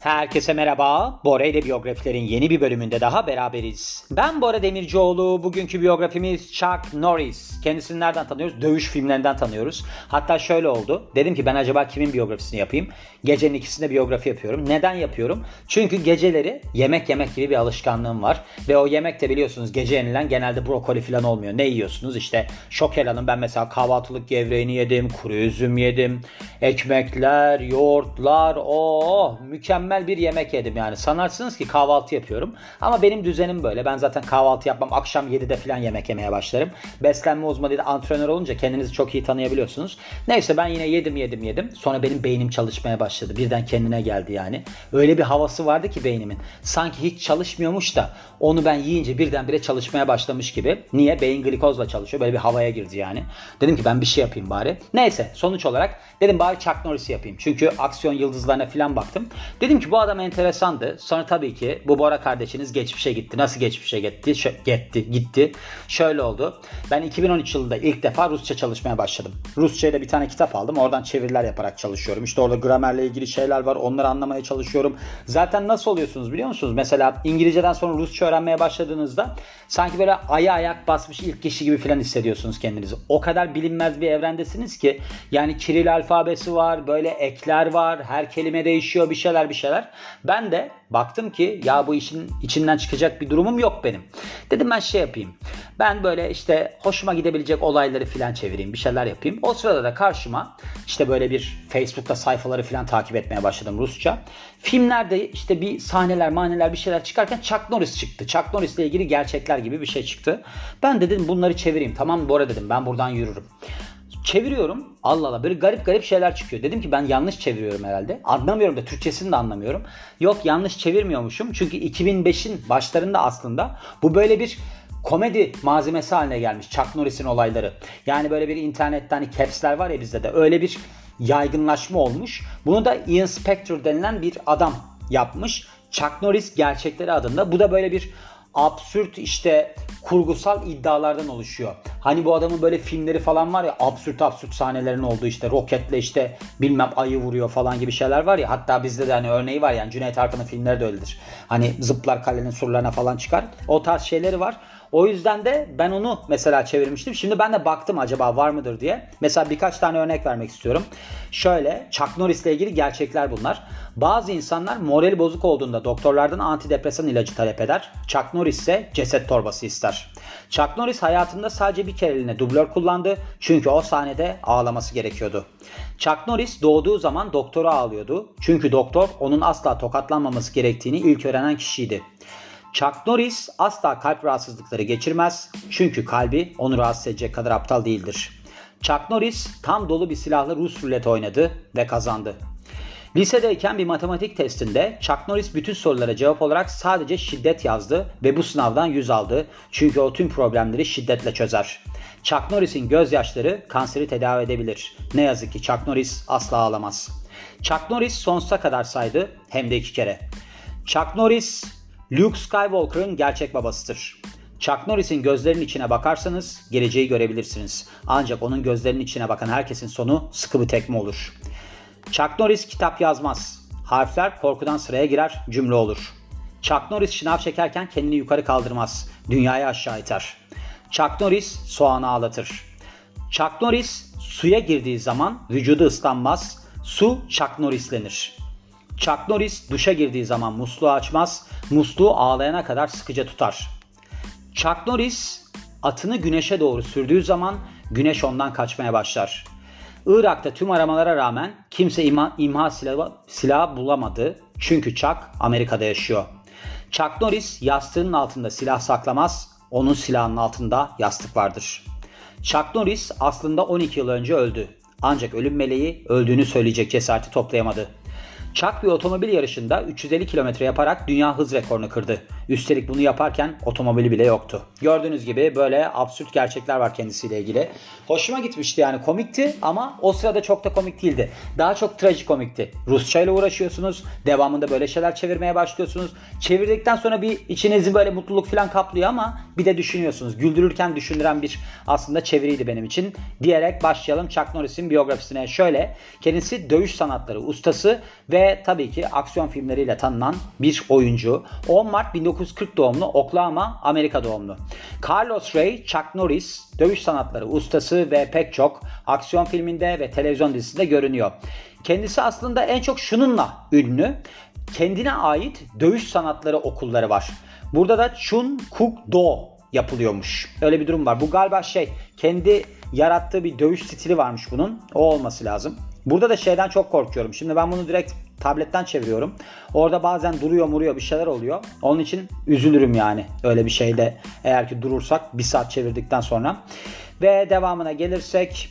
Herkese merhaba. Bora ile biyografilerin yeni bir bölümünde daha beraberiz. Ben Bora Demircioğlu. Bugünkü biyografimiz Chuck Norris. Kendisini nereden tanıyoruz? Dövüş filmlerinden tanıyoruz. Hatta şöyle oldu. Dedim ki ben acaba kimin biyografisini yapayım? Gecenin ikisinde biyografi yapıyorum. Neden yapıyorum? Çünkü geceleri yemek yemek gibi bir alışkanlığım var. Ve o yemek de biliyorsunuz gece yenilen genelde brokoli falan olmuyor. Ne yiyorsunuz? İşte Şokelan'ın ben mesela kahvaltılık gevreğini yedim. Kuru üzüm yedim. Ekmekler, yoğurtlar. Mükemmel bir yemek yedim yani. Sanarsınız ki kahvaltı yapıyorum. Ama benim düzenim böyle. Ben zaten kahvaltı yapmam. Akşam 7'de falan yemek yemeye başlarım. Beslenme uzmanı değil de antrenör olunca kendinizi çok iyi tanıyabiliyorsunuz. Neyse ben yine yedim. Sonra benim beynim çalışmaya başladı. Birden kendine geldi yani. Öyle bir havası vardı ki beynimin. Sanki hiç çalışmıyormuş da onu ben yiyince birdenbire çalışmaya başlamış gibi. Niye? Beyin glikozla çalışıyor. Böyle bir havaya girdi yani. Dedim ki ben bir şey yapayım bari. Neyse sonuç olarak dedim bari Chuck Norris'i yapayım. Çünkü aksiyon yıldızlarına falan baktım. Dedim ki bu adam enteresandı. Sonra tabii ki bu Bora kardeşiniz geçmişe gitti. Nasıl geçmişe gitti? Şöyle oldu. Ben 2013 yılında ilk defa Rusça çalışmaya başladım. Rusça'ya da bir tane kitap aldım. Oradan çeviriler yaparak çalışıyorum. İşte orada gramerle ilgili şeyler var. Onları anlamaya çalışıyorum. Zaten nasıl oluyorsunuz biliyor musunuz? Mesela İngilizceden sonra Rusça öğrenmeye başladığınızda sanki böyle ayak basmış ilk kişi gibi falan hissediyorsunuz kendinizi. O kadar bilinmez bir evrendesiniz ki yani Kiril alfabesi var, böyle ekler var, her kelime değişiyor, bir şeyler. Ben de baktım ki ya bu işin içinden çıkacak bir durumum yok benim. Dedim ben şey yapayım. Ben böyle işte hoşuma gidebilecek olayları filan çevireyim, bir şeyler yapayım. O sırada da karşıma işte böyle bir Facebook'ta sayfaları filan takip etmeye başladım Rusça. Filmlerde işte bir sahneler, bir şeyler çıkarken Chuck Norris çıktı. Chuck Norris'le ilgili gerçekler gibi bir şey çıktı. Ben de dedim bunları çevireyim. Tamam Bora dedim ben buradan yürürüm. Çeviriyorum. Allah Allah böyle garip şeyler çıkıyor. Dedim ki ben yanlış çeviriyorum herhalde. Anlamıyorum da Türkçesini de anlamıyorum. Yok yanlış çevirmiyormuşum. Çünkü 2005'in başlarında aslında bu böyle bir komedi malzemesi haline gelmiş. Chuck Norris'in olayları. Yani böyle bir internetten hani caps'ler var ya bizde de öyle bir yaygınlaşma olmuş. Bunu da Ian Spector denilen bir adam yapmış. Chuck Norris Gerçekleri adında. Bu da böyle bir absürt işte kurgusal iddialardan oluşuyor. Hani bu adamın böyle filmleri falan var ya absürt sahnelerin olduğu işte roketle işte bilmem ayı vuruyor falan gibi şeyler var ya. Hatta bizde de hani örneği var yani Cüneyt Arkın'ın filmleri de öyledir. Hani zıplar kalenin surlarına falan çıkar. O tarz şeyleri var. O yüzden de ben onu mesela çevirmiştim. Şimdi ben de baktım acaba var mıdır diye. Mesela birkaç tane örnek vermek istiyorum. Şöyle Chuck Norris'le ilgili gerçekler bunlar. Bazı insanlar morali bozuk olduğunda doktorlardan antidepresan ilacı talep eder. Chuck Norris ise ceset torbası ister. Chuck Norris hayatında sadece bir kereliğine dublör kullandı. Çünkü o sahnede ağlaması gerekiyordu. Chuck Norris doğduğu zaman doktoru ağlıyordu. Çünkü doktor onun asla tokatlanmaması gerektiğini ilk öğrenen kişiydi. Chuck Norris asla kalp rahatsızlıkları geçirmez. Çünkü kalbi onu rahatsız edecek kadar aptal değildir. Chuck Norris tam dolu bir silahla Rus ruleti oynadı ve kazandı. Lisedeyken bir matematik testinde Chuck Norris bütün sorulara cevap olarak sadece şiddet yazdı ve bu sınavdan 100 aldı. Çünkü o tüm problemleri şiddetle çözer. Chuck Norris'in gözyaşları kanseri tedavi edebilir. Ne yazık ki Chuck Norris asla ağlamaz. Chuck Norris sonsuza kadar saydı hem de 2 kere. Chuck Norris Luke Skywalker'ın gerçek babasıdır. Chuck Norris'in gözlerinin içine bakarsanız geleceği görebilirsiniz. Ancak onun gözlerinin içine bakan herkesin sonu sıkı bir tekme olur. Chuck Norris kitap yazmaz. Harfler korkudan sıraya girer, cümle olur. Chuck Norris şınav çekerken kendini yukarı kaldırmaz. Dünyayı aşağı iter. Chuck Norris soğanı ağlatır. Chuck Norris suya girdiği zaman vücudu ıslanmaz. Su Chuck Norris'lenir. Chuck Norris duşa girdiği zaman musluğu açmaz. Musluğu ağlayana kadar sıkıca tutar. Chuck Norris atını güneşe doğru sürdüğü zaman güneş ondan kaçmaya başlar. Irak'ta tüm aramalara rağmen kimse imha silahı bulamadı. Çünkü Chuck Amerika'da yaşıyor. Chuck Norris yastığının altında silah saklamaz. Onun silahının altında yastık vardır. Chuck Norris aslında 12 yıl önce öldü. Ancak ölüm meleği öldüğünü söyleyecek cesareti toplayamadı. Chuck bir otomobil yarışında 350 km yaparak dünya hız rekorunu kırdı. Üstelik bunu yaparken otomobili bile yoktu. Gördüğünüz gibi böyle absürt gerçekler var kendisiyle ilgili. Hoşuma gitmişti yani komikti ama o sırada çok da komik değildi. Daha çok trajikomikti. Rusça ile uğraşıyorsunuz. Devamında böyle şeyler çevirmeye başlıyorsunuz. Çevirdikten sonra bir içinizi böyle mutluluk falan kaplıyor ama bir de düşünüyorsunuz. Güldürürken düşündüren bir aslında çeviriydi benim için. Diyerek başlayalım Chuck Norris'in biyografisine. Şöyle kendisi dövüş sanatları ustası ve ve tabii ki aksiyon filmleriyle tanınan bir oyuncu. 10 Mart 1940 doğumlu, Oklahoma, Amerika doğumlu. Carlos Ray, Chuck Norris, dövüş sanatları ustası ve pek çok aksiyon filminde ve televizyon dizisinde görünüyor. Kendisi aslında en çok şununla ünlü. Kendine ait dövüş sanatları okulları var. Burada da Chun Kuk Do yapılıyormuş. Öyle bir durum var. Bu galiba kendi yarattığı bir dövüş stili varmış bunun. O olması lazım. Burada da şeyden çok korkuyorum. Şimdi ben bunu direkt tabletten çeviriyorum. Orada bazen duruyor bir şeyler oluyor. Onun için üzülürüm yani. Öyle bir şeyde eğer ki durursak 1 saat çevirdikten sonra. Ve devamına gelirsek.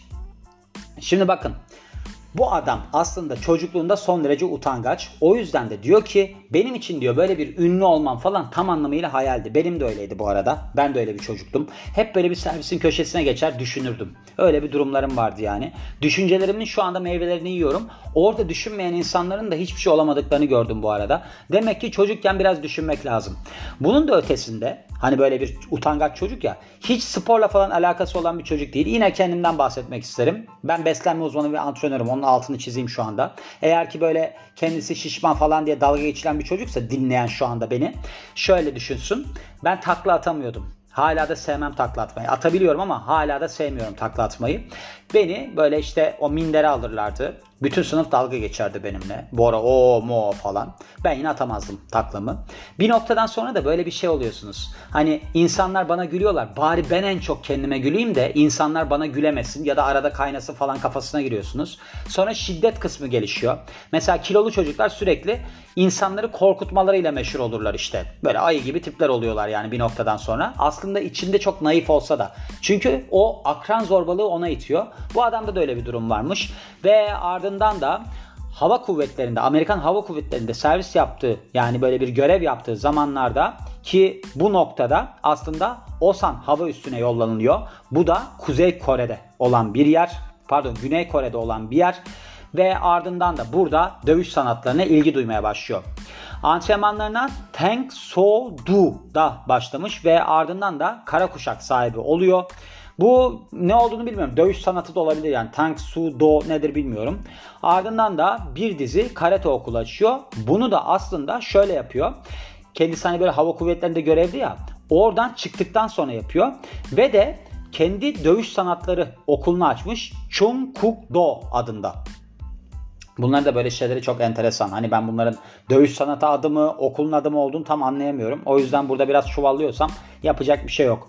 Şimdi bakın. Bu adam aslında çocukluğunda son derece utangaç. O yüzden de diyor ki benim için diyor böyle bir ünlü olmam falan tam anlamıyla hayaldi. Benim de öyleydi bu arada. Ben de öyle bir çocuktum. Hep böyle bir servisin köşesine geçer düşünürdüm. Öyle bir durumlarım vardı yani. Düşüncelerimin şu anda meyvelerini yiyorum. Orada düşünmeyen insanların da hiçbir şey olamadıklarını gördüm bu arada. Demek ki çocukken biraz düşünmek lazım. Bunun da ötesinde hani böyle bir utangaç çocuk ya, hiç sporla falan alakası olan bir çocuk değil. Yine kendimden bahsetmek isterim. Ben beslenme uzmanı ve antrenörüm. Onun altını çizeyim şu anda. Eğer ki böyle kendisi şişman falan diye dalga geçilen bir çocuksa dinleyen şu anda beni, şöyle düşünsün. Ben takla atamıyordum. Hala da sevmem takla atmayı. Atabiliyorum ama hala da sevmiyorum takla atmayı. Beni böyle o mindere alırlardı. Bütün sınıf dalga geçerdi benimle. Bora o mo falan. Ben yine atamazdım taklamı. Bir noktadan sonra da böyle bir şey oluyorsunuz. Hani insanlar bana gülüyorlar. Bari ben en çok kendime güleyim de insanlar bana gülemesin ya da arada kaynasın falan kafasına giriyorsunuz. Sonra şiddet kısmı gelişiyor. Mesela kilolu çocuklar sürekli insanları korkutmalarıyla meşhur olurlar işte. Böyle ayı gibi tipler oluyorlar yani bir noktadan sonra. Aslında içinde çok naif olsa da. Çünkü o akran zorbalığı ona itiyor. Bu adamda da öyle bir durum varmış. Ve ardından da hava kuvvetlerinde, Amerikan Hava Kuvvetleri'nde servis yaptığı, yani böyle bir görev yaptığı zamanlarda, ki bu noktada aslında Osan hava üssüne yollanılıyor. Bu da Kuzey Kore'de olan bir yer. Güney Kore'de olan bir yer. Ve ardından da burada dövüş sanatlarına ilgi duymaya başlıyor. Antrenmanlarına Tang So Do'da başlamış ve ardından da kara kuşak sahibi oluyor. Bu ne olduğunu bilmiyorum. Dövüş sanatı da olabilir yani. Tang So Do nedir bilmiyorum. Ardından da bir dizi karate okulu açıyor. Bunu da aslında şöyle yapıyor. Kendisi hani böyle hava kuvvetlerinde görevli ya. Oradan çıktıktan sonra yapıyor. Ve de kendi dövüş sanatları okulunu açmış. Chung Kuk Do adında. Bunlar da böyle şeyleri çok enteresan. Hani ben bunların dövüş sanatı adı mı, okulun adı mı olduğunu tam anlayamıyorum. O yüzden burada biraz çuvallıyorsam yapacak bir şey yok.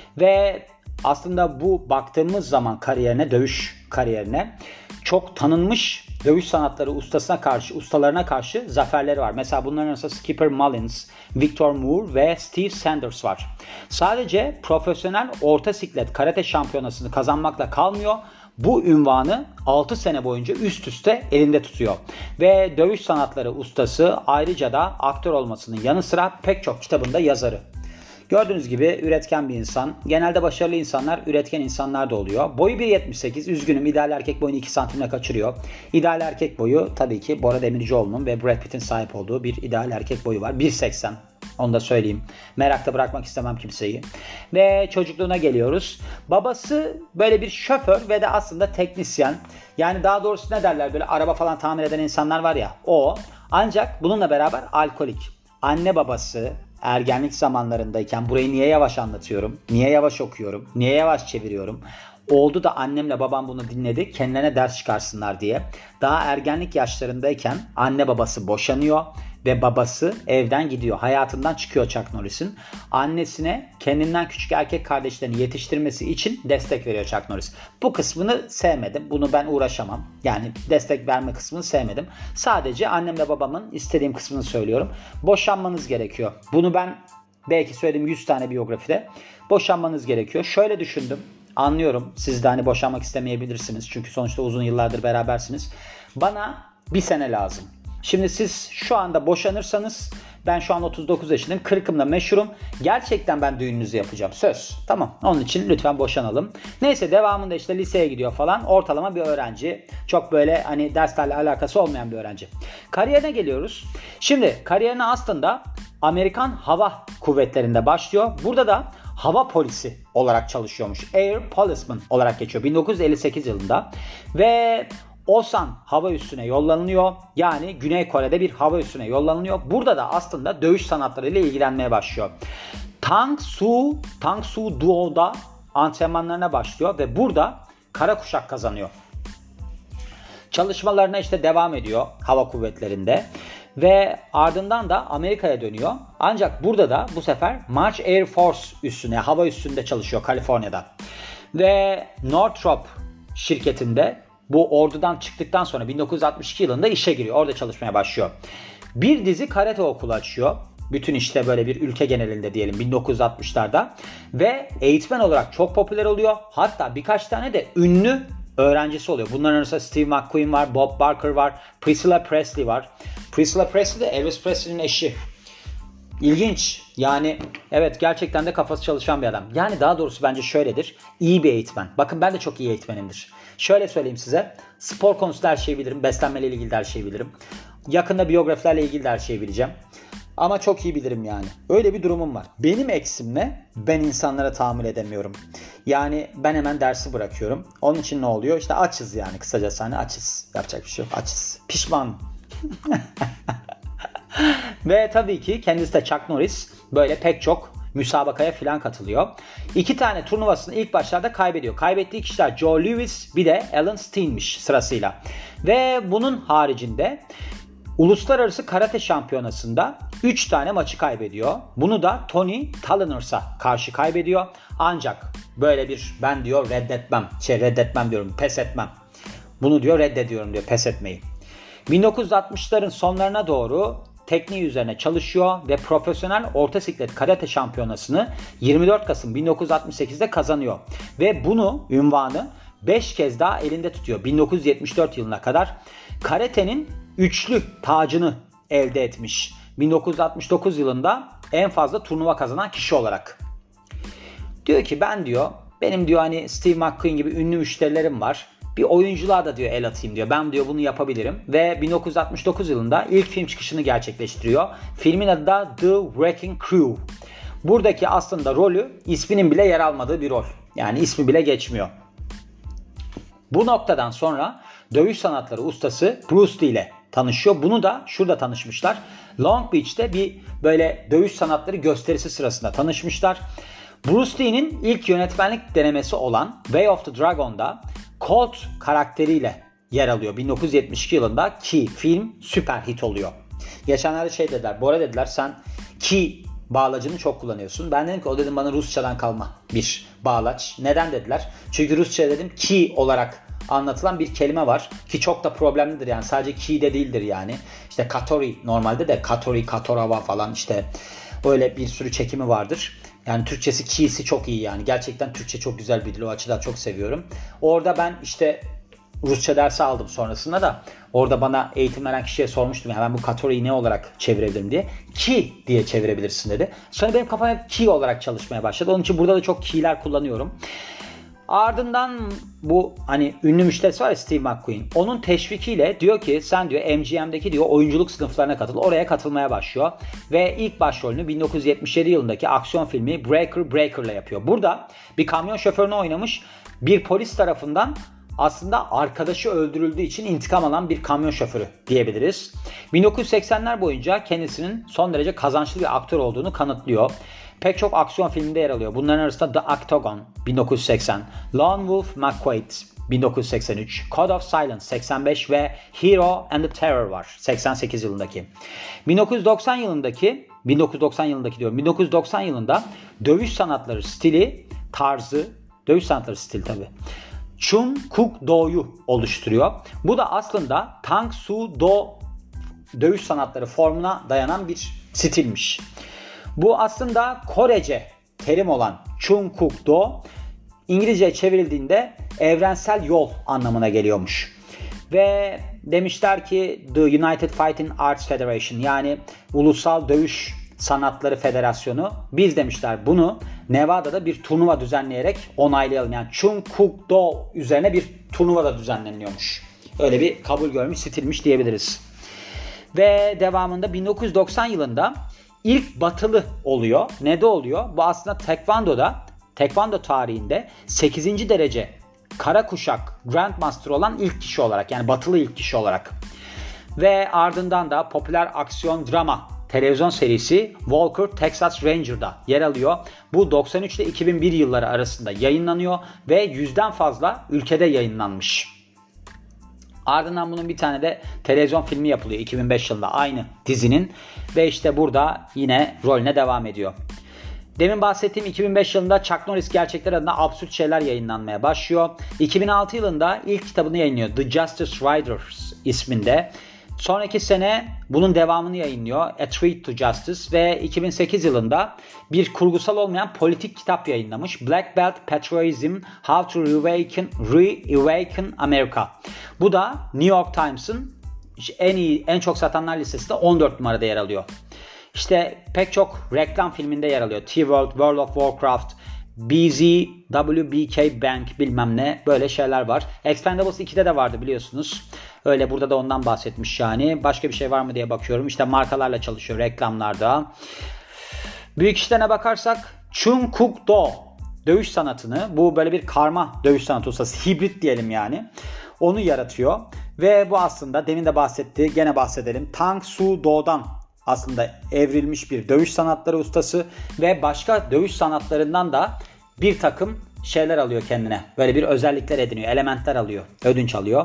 Ve aslında bu baktığımız zaman kariyerine, dövüş kariyerine çok tanınmış dövüş sanatları ustalarına karşı zaferleri var. Mesela bunların arasında Skipper Mullins, Victor Moore ve Steve Sanders var. Sadece profesyonel orta siklet karate şampiyonasını kazanmakla kalmıyor. Bu ünvanı 6 sene boyunca üst üste elinde tutuyor. Ve dövüş sanatları ustası, ayrıca da aktör olmasının yanı sıra pek çok kitabında yazarı. Gördüğünüz gibi üretken bir insan. Genelde başarılı insanlar üretken insanlar da oluyor. Boyu 1.78. Üzgünüm, ideal erkek boyunu 2 santimle kaçırıyor. İdeal erkek boyu tabii ki Bora Demircioğlu'nun ve Brad Pitt'in sahip olduğu bir ideal erkek boyu var. 1.80. Onu da söyleyeyim. Merakta bırakmak istemem kimseyi. Ve çocukluğuna geliyoruz. Babası böyle bir şoför ve de aslında teknisyen. Yani daha doğrusu ne derler, böyle araba falan tamir eden insanlar var ya, o. Ancak bununla beraber alkolik. Anne babası ergenlik zamanlarındayken, burayı niye yavaş anlatıyorum, niye yavaş okuyorum, niye yavaş çeviriyorum? Oldu da annemle babam bunu dinledi, kendilerine ders çıkarsınlar diye. Daha ergenlik yaşlarındayken anne babası boşanıyor ve babası evden gidiyor. Hayatından çıkıyor Chuck Norris'in. Annesine kendinden küçük erkek kardeşlerini yetiştirmesi için destek veriyor Chuck Norris. Bu kısmını sevmedim. Bunu ben uğraşamam. Yani destek verme kısmını sevmedim. Sadece annemle babamın istediğim kısmını söylüyorum. Boşanmanız gerekiyor. Bunu ben belki söyledim 100 tane biyografide. Boşanmanız gerekiyor. Şöyle düşündüm. Anlıyorum. Siz de hani boşanmak istemeyebilirsiniz. Çünkü sonuçta uzun yıllardır berabersiniz. Bana bir sene lazım. Şimdi siz şu anda boşanırsanız, ben şu an 39 yaşındayım. 40'ımda meşhurum. Gerçekten ben düğününüzü yapacağım. Söz. Tamam. Onun için lütfen boşanalım. Neyse, devamında işte liseye gidiyor falan. Ortalama bir öğrenci. Çok böyle hani derslerle alakası olmayan bir öğrenci. Kariyerine geliyoruz. Şimdi kariyerine aslında Amerikan Hava Kuvvetleri'nde başlıyor. Burada da hava polisi olarak çalışıyormuş. Air Policeman olarak geçiyor 1958 yılında. Ve Osan hava üssüne yollanılıyor. Yani Güney Kore'de bir hava üssüne yollanılıyor. Burada da aslında dövüş sanatlarıyla ilgilenmeye başlıyor. Tangsu-do'da antrenmanlarına başlıyor ve burada kara kuşak kazanıyor. Çalışmalarına işte devam ediyor hava kuvvetlerinde ve ardından da Amerika'ya dönüyor. Ancak burada da bu sefer March Air Force üssüne, hava üssünde çalışıyor Kaliforniya'da. Ve Northrop şirketinde bu ordudan çıktıktan sonra 1962 yılında işe giriyor. Orada çalışmaya başlıyor. Bir dizi karate okulu açıyor. Bütün işte böyle bir ülke genelinde diyelim 1960'larda. Ve eğitmen olarak çok popüler oluyor. Hatta birkaç tane de ünlü öğrencisi oluyor. Bunların arasında Steve McQueen var, Bob Barker var, Priscilla Presley var. Priscilla Presley de Elvis Presley'nin eşi. İlginç. Yani evet, gerçekten de kafası çalışan bir adam. Yani daha doğrusu bence şöyledir. İyi bir eğitmen. Bakın ben de çok iyi eğitmenimdir. Şöyle söyleyeyim size. Spor konusunda her şeyi bilirim. Beslenmeyle ilgili de her şeyi bilirim. Yakında biyografilerle ilgili de her şeyi bileceğim. Ama çok iyi bilirim yani. Öyle bir durumum var. Benim eksim ne? Ben insanlara tahammül edemiyorum. Yani ben hemen dersi bırakıyorum. Onun için ne oluyor? İşte açız yani, kısacası hani açız. Yapacak bir şey yok. Açız. Pişman. Ve tabii ki kendisi de Chuck Norris böyle pek çok müsabakaya filan katılıyor. 2 tane turnuvasını ilk başlarda kaybediyor. Kaybettiği kişiler Joe Louis bir de Alan Steen'miş sırasıyla. Ve bunun haricinde Uluslararası Karate Şampiyonası'nda 3 tane maçı kaybediyor. Bunu da Tony Talliners'a karşı kaybediyor. Ancak böyle bir ben diyor pes etmem. Bunu diyor reddediyorum diyor, pes etmeyi. 1960'ların sonlarına doğru tekniği üzerine çalışıyor ve profesyonel orta siklet karate şampiyonasını 24 Kasım 1968'de kazanıyor. Ve bunu, ünvanı 5 kez daha elinde tutuyor 1974 yılına kadar. Karate'nin üçlü tacını elde etmiş. 1969 yılında en fazla turnuva kazanan kişi olarak. Diyor ki benim diyor hani Steve McQueen gibi ünlü müşterilerim var. Bir oyunculuğa da diyor el atayım diyor. Ben diyor bunu yapabilirim. Ve 1969 yılında ilk film çıkışını gerçekleştiriyor. Filmin adı da The Wrecking Crew. Buradaki aslında rolü isminin bile yer almadığı bir rol. Yani ismi bile geçmiyor. Bu noktadan sonra dövüş sanatları ustası Bruce Lee ile tanışıyor. Bunu da şurada tanışmışlar. Long Beach'te bir böyle dövüş sanatları gösterisi sırasında tanışmışlar. Bruce Lee'nin ilk yönetmenlik denemesi olan Way of the Dragon'da Colt karakteriyle yer alıyor 1972 yılında ki film süper hit oluyor. Geçenlerde dediler, Bora dediler sen ki bağlacını çok kullanıyorsun. Ben dedim ki o dedim bana Rusçadan kalma bir bağlaç. Neden dediler? Çünkü Rusça dedim ki olarak anlatılan bir kelime var ki çok da problemlidir yani, sadece ki de değildir yani. İşte Katori normalde de Katori, Katorava falan işte öyle bir sürü çekimi vardır. Yani Türkçesi ki'si çok iyi yani. Gerçekten Türkçe çok güzel bir dil. O açıdan çok seviyorum. Orada ben işte Rusça dersi aldım sonrasında da. Orada bana eğitim veren kişiye sormuştum. Yani ben bu Katori'yi ne olarak çevirebilirim diye. Ki diye çevirebilirsin dedi. Sonra benim kafam hep ki olarak çalışmaya başladı. Onun için burada da çok ki'ler kullanıyorum. Ardından bu hani ünlü müşterisi var ya Steve McQueen. Onun teşvikiyle diyor ki sen diyor MGM'deki diyor oyunculuk sınıflarına katıl. Oraya katılmaya başlıyor. Ve ilk başrolünü 1977 yılındaki aksiyon filmi Breaker'la yapıyor. Burada bir kamyon şoförünü oynamış. Bir polis tarafından aslında arkadaşı öldürüldüğü için intikam alan bir kamyon şoförü diyebiliriz. 1980'ler boyunca kendisinin son derece kazançlı bir aktör olduğunu kanıtlıyor. Pek çok aksiyon filminde yer alıyor. Bunların arasında The Octagon 1980, Lone Wolf McQuade 1983, Code of Silence 85 ve Hero and the Terror var 88 yılındaki. 1990 yılında dövüş sanatları stili tabi Chung Kuk Do'yu oluşturuyor. Bu da aslında Tang Soo Do dövüş sanatları formuna dayanan bir stilmiş. Bu aslında Korece terim olan Chung Kuk Do İngilizce çevrildiğinde evrensel yol anlamına geliyormuş. Ve demişler ki The United Fighting Arts Federation yani Ulusal Dövüş Sanatları Federasyonu biz demişler bunu Nevada'da bir turnuva düzenleyerek onaylayalım. Yani Chung Kuk Do üzerine bir turnuva da düzenleniyormuş. Öyle bir kabul görmüş stilmiş diyebiliriz. Ve devamında 1990 yılında ilk batılı oluyor. Ne de oluyor? Bu aslında Taekwondo tarihinde 8. derece kara kuşak Grandmaster olan ilk kişi olarak, yani batılı ilk kişi olarak. Ve ardından da popüler aksiyon drama televizyon serisi Walker Texas Ranger'da yer alıyor. Bu 93 ile 2001 yılları arasında yayınlanıyor ve 100'den fazla ülkede yayınlanmış. Ardından bunun bir tane de televizyon filmi yapılıyor 2005 yılında aynı dizinin ve işte burada yine rolüne devam ediyor. Demin bahsettiğim 2005 yılında Chuck Norris Gerçekler adına absürt şeyler yayınlanmaya başlıyor. 2006 yılında ilk kitabını yayınlıyor The Justice Riders isminde. Sonraki sene bunun devamını yayınlıyor A Treat to Justice ve 2008 yılında bir kurgusal olmayan politik kitap yayınlamış Black Belt Patriotism How to Reawaken America. Bu da New York Times'ın en çok satanlar listesinde 14 numarada yer alıyor. İşte pek çok reklam filminde yer alıyor. T-World, World of Warcraft, BZ, WBK Bank bilmem ne böyle şeyler var. Expendables 2'de de vardı biliyorsunuz. Öyle burada da ondan bahsetmiş yani. Başka bir şey var mı diye bakıyorum. İşte markalarla çalışıyor reklamlarda. Büyük işlerine bakarsak Chung Kuk Do dövüş sanatını, bu böyle bir karma dövüş sanatı ustası, hibrit diyelim yani. Onu yaratıyor. Ve bu aslında demin de bahsetti, gene bahsedelim. Tang Soo Do'dan aslında evrilmiş bir dövüş sanatları ustası ve başka dövüş sanatlarından da bir takım şeyler alıyor kendine. Böyle bir özellikler ediniyor, elementler alıyor, ödünç alıyor.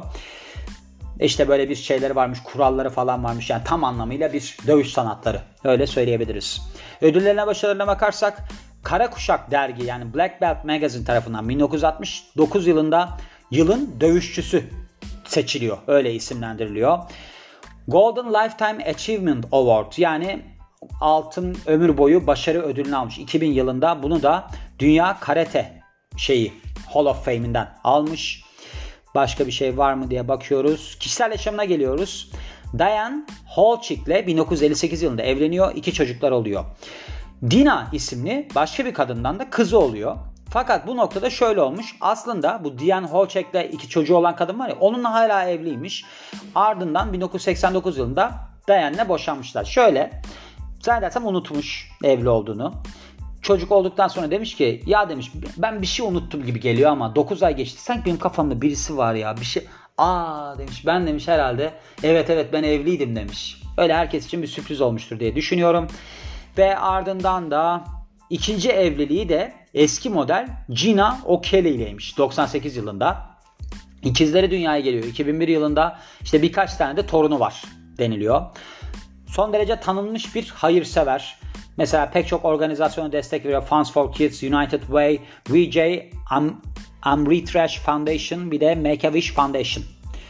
İşte böyle bir şeyleri varmış, kuralları falan varmış. Yani tam anlamıyla bir dövüş sanatları. Öyle söyleyebiliriz. Ödüllerine, başarılarına bakarsak Kara Kuşak dergi yani Black Belt Magazine tarafından 1969 yılında yılın dövüşçüsü seçiliyor. Öyle isimlendiriliyor. Golden Lifetime Achievement Award yani altın ömür boyu başarı ödülünü almış 2000 yılında. Bunu da Dünya Karate Hall of Fame'inden almış. Başka bir şey var mı diye bakıyoruz. Kişisel yaşamına geliyoruz. Diane Holchick ile 1958 yılında evleniyor. 2 çocuklar oluyor. Dina isimli başka bir kadından da kızı oluyor. Fakat bu noktada şöyle olmuş. Aslında bu Diane Holchick ile 2 çocuğu olan kadın var ya, onunla hala evliymiş. Ardından 1989 yılında Diane'le boşanmışlar. Şöyle zannedersem unutmuş evli olduğunu. Çocuk olduktan sonra demiş ki ya demiş ben bir şey unuttum gibi geliyor ama 9 ay geçti. Sanki benim kafamda birisi var ya bir şey. Demiş ben demiş herhalde evet ben evliydim demiş. Öyle herkes için bir sürpriz olmuştur diye düşünüyorum. Ve ardından da ikinci evliliği de eski model Gina O'Kelly ileymiş 98 yılında. İkizleri dünyaya geliyor 2001 yılında. İşte birkaç tane de torunu var deniliyor. Son derece tanınmış bir hayırsever. Mesela pek çok organizasyona destek veriyor. Funds for Kids, United Way, VJ, Amritrash Foundation, bir de Make-A-Wish Foundation.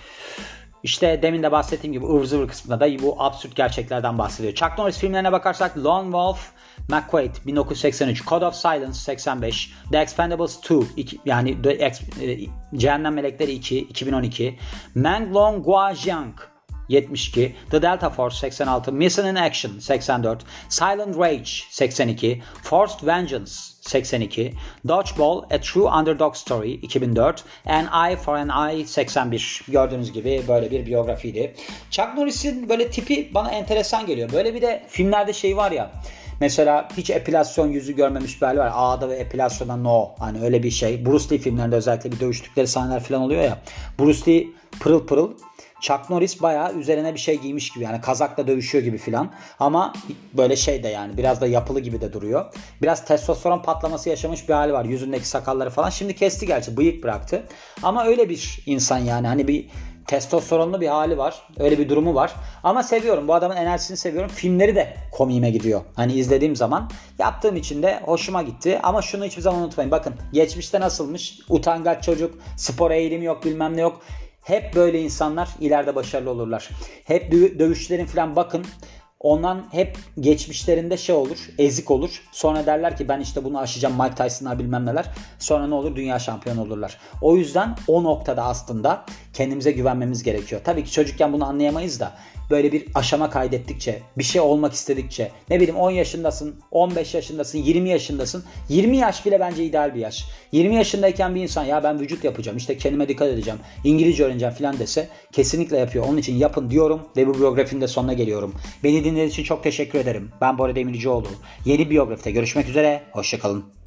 İşte demin de bahsettiğim gibi ıvır zıvır kısmında da bu absürt gerçeklerden bahsediyor. Chuck Norris filmlerine bakarsak Lone Wolf McQuaid 1983, Code of Silence 85, The Expendables 2 yani Cehennem Melekleri 2 2012, Manglong Guajiang 72, The Delta Force 86, Mission in Action 84, Silent Rage 82, Forced Vengeance 82, Dodgeball A True Underdog Story 2004, An Eye for an Eye 81. Gördüğünüz gibi böyle bir biyografiydi. Chuck Norris'in böyle tipi bana enteresan geliyor. Böyle bir de filmlerde şey var ya. Mesela hiç epilasyon yüzü görmemiş bir hali var. A'da ve epilasyona no. Hani öyle bir şey. Bruce Lee filmlerinde özellikle bir dövüştükleri sahneler falan oluyor ya. Bruce Lee pırıl pırıl. Chuck Norris bayağı üzerine bir şey giymiş gibi yani kazakla dövüşüyor gibi filan ama böyle şey de yani biraz da yapılı gibi de duruyor. Biraz testosteron patlaması yaşamış bir hali var, yüzündeki sakalları falan. Şimdi kesti gerçi, bıyık bıraktı ama öyle bir insan yani hani bir testosteronlu bir hali var. Öyle bir durumu var. Ama seviyorum. Bu adamın enerjisini seviyorum. Filmleri de komiğime gidiyor. Hani izlediğim zaman yaptığım için de hoşuma gitti. Ama şunu hiçbir zaman unutmayın. Bakın geçmişte nasılmış? Utangaç çocuk, spor eğilimi yok, bilmem ne yok. Hep böyle insanlar ileride başarılı olurlar. Hep dövüşçülerin falan bakın. Ondan hep geçmişlerinde şey olur, ezik olur. Sonra derler ki ben işte bunu aşacağım, Mike Tyson'lar bilmem neler. Sonra ne olur? Dünya şampiyonu olurlar. O yüzden o noktada aslında kendimize güvenmemiz gerekiyor. Tabii ki çocukken bunu anlayamayız da böyle bir aşama kaydettikçe, bir şey olmak istedikçe, ne bileyim 10 yaşındasın, 15 yaşındasın, 20 yaşındasın. 20 yaş bile bence ideal bir yaş. 20 yaşındayken bir insan ya ben vücut yapacağım, işte kendime dikkat edeceğim, İngilizce öğreneceğim falan dese kesinlikle yapıyor. Onun için yapın diyorum ve bu biyografinin de sonuna geliyorum. Beni dinlediğiniz için çok teşekkür ederim. Ben Bora Demircioğlu. Yeni biyografide görüşmek üzere. Hoşçakalın.